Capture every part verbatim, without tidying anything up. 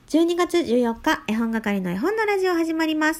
じゅうにがつじゅうよっか、絵本係の絵本のラジオ始まります。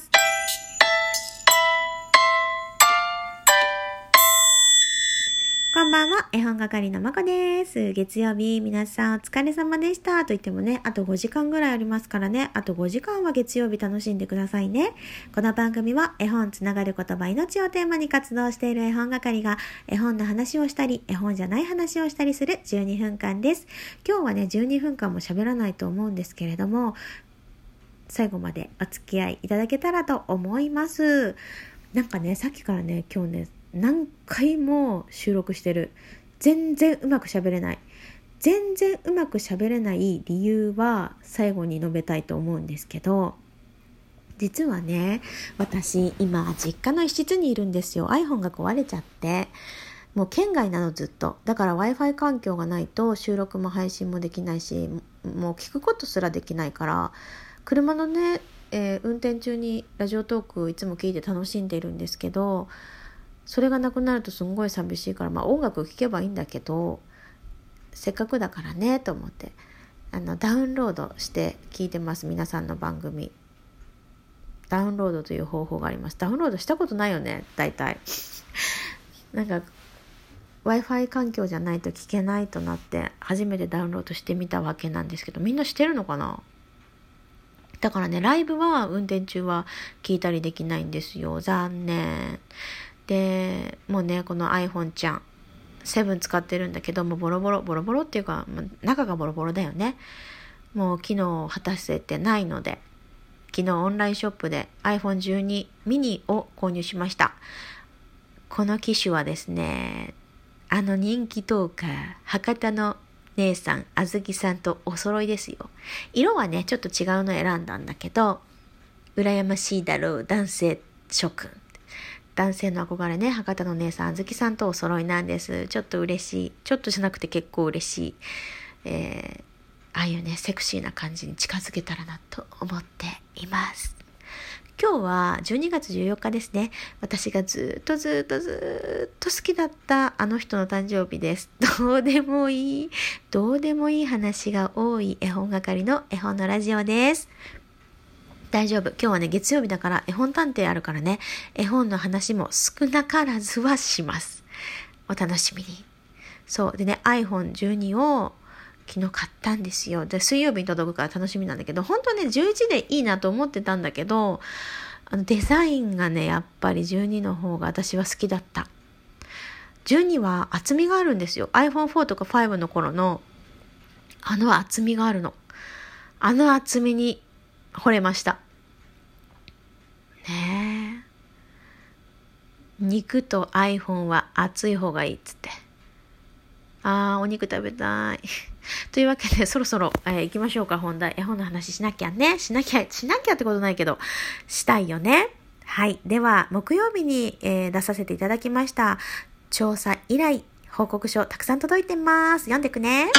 こんばんは、絵本係のまこです。月曜日、皆さんお疲れ様でしたと言ってもね、あとごじかんぐらいありますからね、あとごじかんは月曜日楽しんでくださいね。この番組は絵本つながる言葉命をテーマに活動している絵本係が絵本の話をしたり、絵本じゃない話をしたりするじゅうにふんかんです。今日はね、じゅうにふんかんも喋らないと思うんですけれども、最後までお付き合いいただけたらと思います。なんかね、さっきからね、今日ね、何回も収録してる。全然うまく喋れない。全然うまく喋れない理由は最後に述べたいと思うんですけど、実はね、私今実家の一室にいるんですよ。 iPhone が壊れちゃって、もう県外なのずっと。だから Wi-Fi 環境がないと収録も配信もできないし、もう聞くことすらできないから、車のね、えー、運転中にラジオトークいつも聞いて楽しんでいるんですけど、それがなくなるとすんごい寂しいから、まあ音楽聴けばいいんだけど、せっかくだからねと思ってあのダウンロードして聞いてます。皆さんの番組ダウンロードという方法があります。ダウンロードしたことないよね、大体なんか Wi-Fi 環境じゃないと聞けないとなって初めてダウンロードしてみたわけなんですけど、みんなしてるのかな。だからね、ライブは運転中は聞いたりできないんですよ。残念で、もうね、この iPhone ちゃんセブン使ってるんだけど、もうボロボロボロボロっていうか、中がボロボロだよね。もう機能を果たせてないので、昨日オンラインショップで アイフォンじゅうに ミニを購入しました。この機種はですね、あの人気トーカー博多の姉さんあずきさんとお揃いですよ。色はねちょっと違うの選んだんだけど、羨ましいだろう男性諸君、男性の憧れね、博多の姉さんあずきさんとお揃いなんです。ちょっと嬉しい、ちょっとじゃなくて結構嬉しい、えー、ああいうねセクシーな感じに近づけたらなと思っています。今日はじゅうにがつじゅうよっかですね。私がずっとずっとずっと好きだったあの人の誕生日です。どうでもいいどうでもいい話が多い絵本係の絵本のラジオです。大丈夫。今日はね、月曜日だから絵本探偵あるからね、絵本の話も少なからずはします。お楽しみに。そうでね、 アイフォンじゅうに を昨日買ったんですよ。で、水曜日に届くから楽しみなんだけど、本当ねじゅういちでいいなと思ってたんだけど、あのデザインがねやっぱりじゅうにの方が私は好きだった。じゅうには厚みがあるんですよ。 アイフォンフォー とかファイブの頃のあの厚みがあるの。あの厚みに惚れましたね。え肉と iPhone は厚い方がいいっつって、あーお肉食べたいというわけでそろそろ、えー、行きましょうか。本題、絵本の話しなきゃねしなきゃしなきゃってことないけどしたいよね。はい、では木曜日に、えー、出させていただきました調査依頼報告書たくさん届いてます。読んでくね。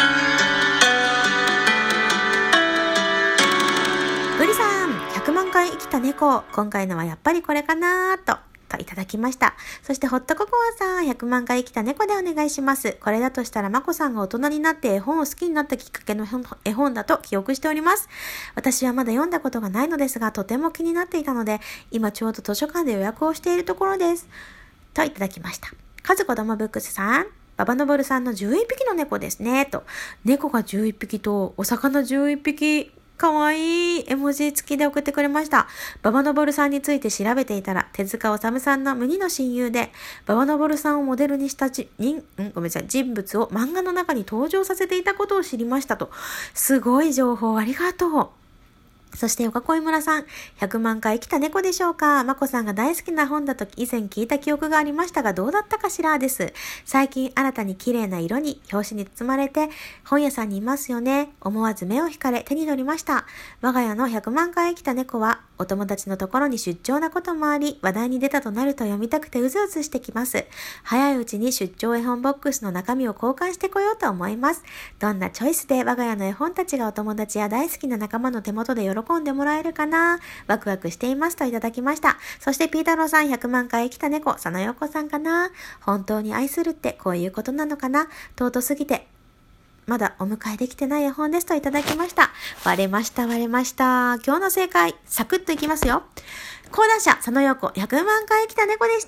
ブリさん、ひゃくまんかい生きた猫、今回のはやっぱりこれかなーとといただきました。そしてホットココアさん、ひゃくまんかい生きた猫でお願いします。これだとしたらまこさんが大人になって絵本を好きになったきっかけの絵本だと記憶しております。私はまだ読んだことがないのですが、とても気になっていたので、今ちょうど図書館で予約をしているところですといただきました。カズ子どもブックスさん、ババノボルさんのじゅういっぴきの猫ですねと。猫がじゅういっぴきとお魚じゅういっぴき、かわいい絵文字付きで送ってくれました。ババノボルさんについて調べていたら、手塚治虫さんの無二の親友で、ババノボルさんをモデルにしたじ人、んごめんなさい、人物を漫画の中に登場させていたことを知りましたと。すごい情報ありがとう。そして岡恋村さん、ひゃくまんかい生きた猫でしょうか。まこさんが大好きな本だと以前聞いた記憶がありましたが、どうだったかしらです。最近新たに綺麗な色に表紙に包まれて本屋さんにいますよね。思わず目を引かれ手に取りました。我が家のひゃくまんかい生きた猫はお友達のところに出張なこともあり、話題に出たとなると読みたくてうずうずしてきます。早いうちに出張絵本ボックスの中身を交換してこようと思います。どんなチョイスで我が家の絵本たちがお友達や大好きな仲間の手元で喜んでもらえるかな、ワクワクしていますといただきました。そしてピータローさん、ひゃくまんかい生きた猫、佐野陽子さんかな。本当に愛するってこういうことなのかな。尊すぎてまだお迎えできてない絵本ですといただきました。割れました割れました。今日の正解、サクッといきますよ。講談社佐野陽子ひゃくまんかい生きた猫でした。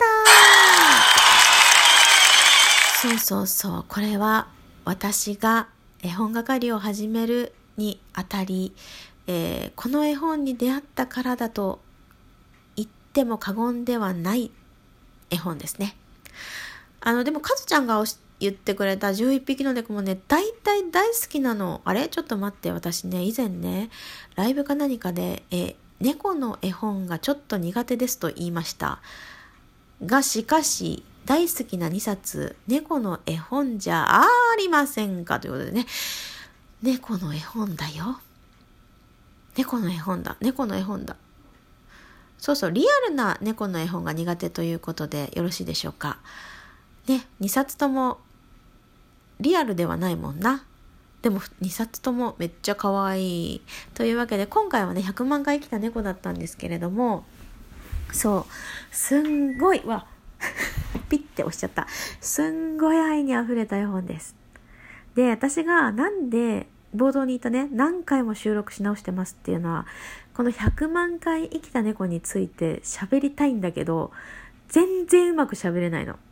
そうそうそう、これは私が絵本係を始めるにあたり、えー、この絵本に出会ったからだと言っても過言ではない絵本ですね。あのでもカズちゃんが言ってくれたじゅういっぴきの猫もね、大体大好きなの。あれちょっと待って、私ね以前ねライブか何かでえ猫の絵本がちょっと苦手ですと言いましたが、しかし大好きなにさつ猫の絵本じゃありませんかということでね、猫の絵本だよ。猫の絵本だ猫の絵本だそうそう、リアルな猫の絵本が苦手ということでよろしいでしょうかね。にさつともリアルではないもんな。でもにさつともめっちゃ可愛いというわけで、今回はねひゃくまんかい生きた猫だったんですけれども、そうすんごいわピッて押しちゃった。すんごい愛にあふれた絵本です。で、私がなんで冒頭に言ったね、何回も収録し直してますっていうのは、このひゃくまんかい生きた猫について喋りたいんだけど、全然うまく喋れないの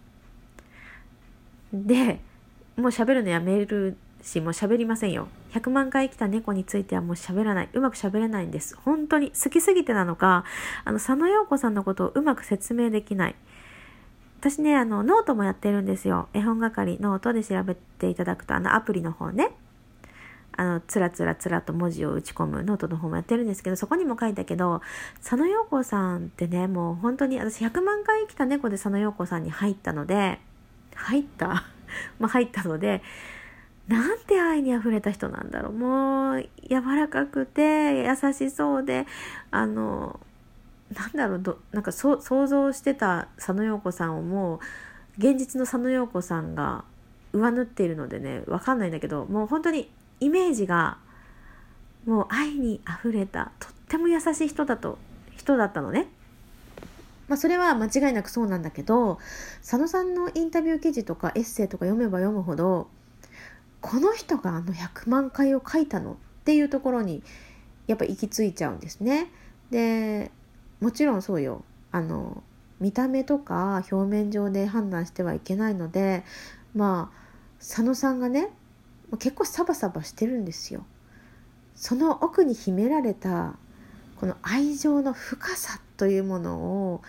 で、もう喋るのやめるし、もう喋りませんよ。ひゃくまんかい生きた猫についてはもう喋らない。うまく喋れないんです。本当に好きすぎてなのか、あの佐野陽子さんのことをうまく説明できない。私ね、あのノートもやってるんですよ。絵本係ノートで調べていただくと、あのアプリの方ね、あのつらつらつらと文字を打ち込むノートの方もやってるんですけど、そこにも書いたけど、佐野陽子さんってね、もう本当に私ひゃくまんかい生きた猫で佐野陽子さんに入ったので入ったまあ入ったので、なんて愛にあふれた人なんだろう。もう柔らかくて優しそうで、あのなんだろう、どなんかそ想像してた佐野陽子さんをもう現実の佐野陽子さんが上塗っているのでね、わかんないんだけど、もう本当にイメージがもう愛にあふれたとっても優しい人だと人だったのね。まあそれは間違いなくそうなんだけど、佐野さんのインタビュー記事とかエッセイとか読めば読むほど、この人があのひゃくまんかいを書いたのっていうところにやっぱ行き着いちゃうんですね。で、もちろんそうよ、あの見た目とか表面上で判断してはいけないので、まあ佐野さんがね結構サバサバしてるんですよ。その奥に秘められたこの愛情の深さというものを、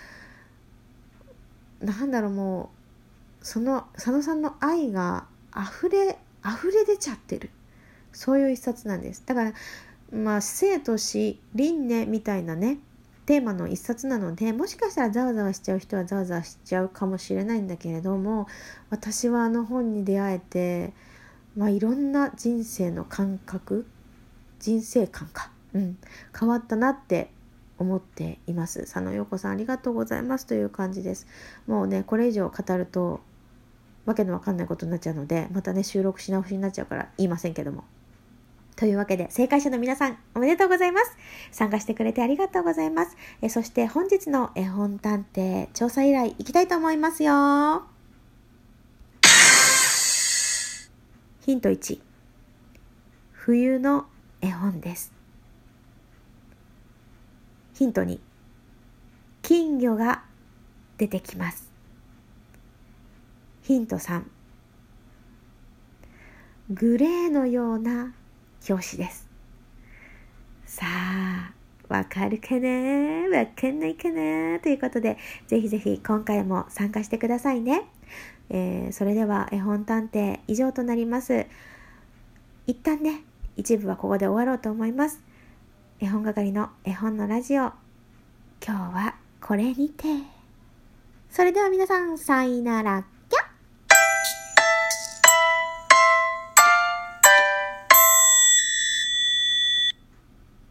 なんだろう、もうその佐野さんの愛が溢れ溢れ出ちゃってる、そういう一冊なんです。だからまあ生と死輪廻みたいなねテーマの一冊なので、もしかしたらざわざわしちゃう人はざわざわしちゃうかもしれないんだけれども、私はあの本に出会えて、まあいろんな人生の感覚人生観か、うん、変わったなって思っています。佐野陽子さんありがとうございますという感じです。もうねこれ以上語るとわけのわかんないことになっちゃうので、またね収録し直しになっちゃうから言いませんけども、というわけで正解者の皆さんおめでとうございます。参加してくれてありがとうございます。えそして本日の絵本探偵調査依頼いきたいと思いますよ。ヒントいち、冬の絵本です。ヒントに、金魚が出てきます。ヒントさん、グレーのような表紙です。さあわかるかな、わかんないかなということで、ぜひぜひ今回も参加してくださいね。えー、それでは絵本探偵以上となります。一旦ね一部はここで終わろうと思います。絵本係の絵本のラジオ、今日はこれにて。それでは皆さんさいなら。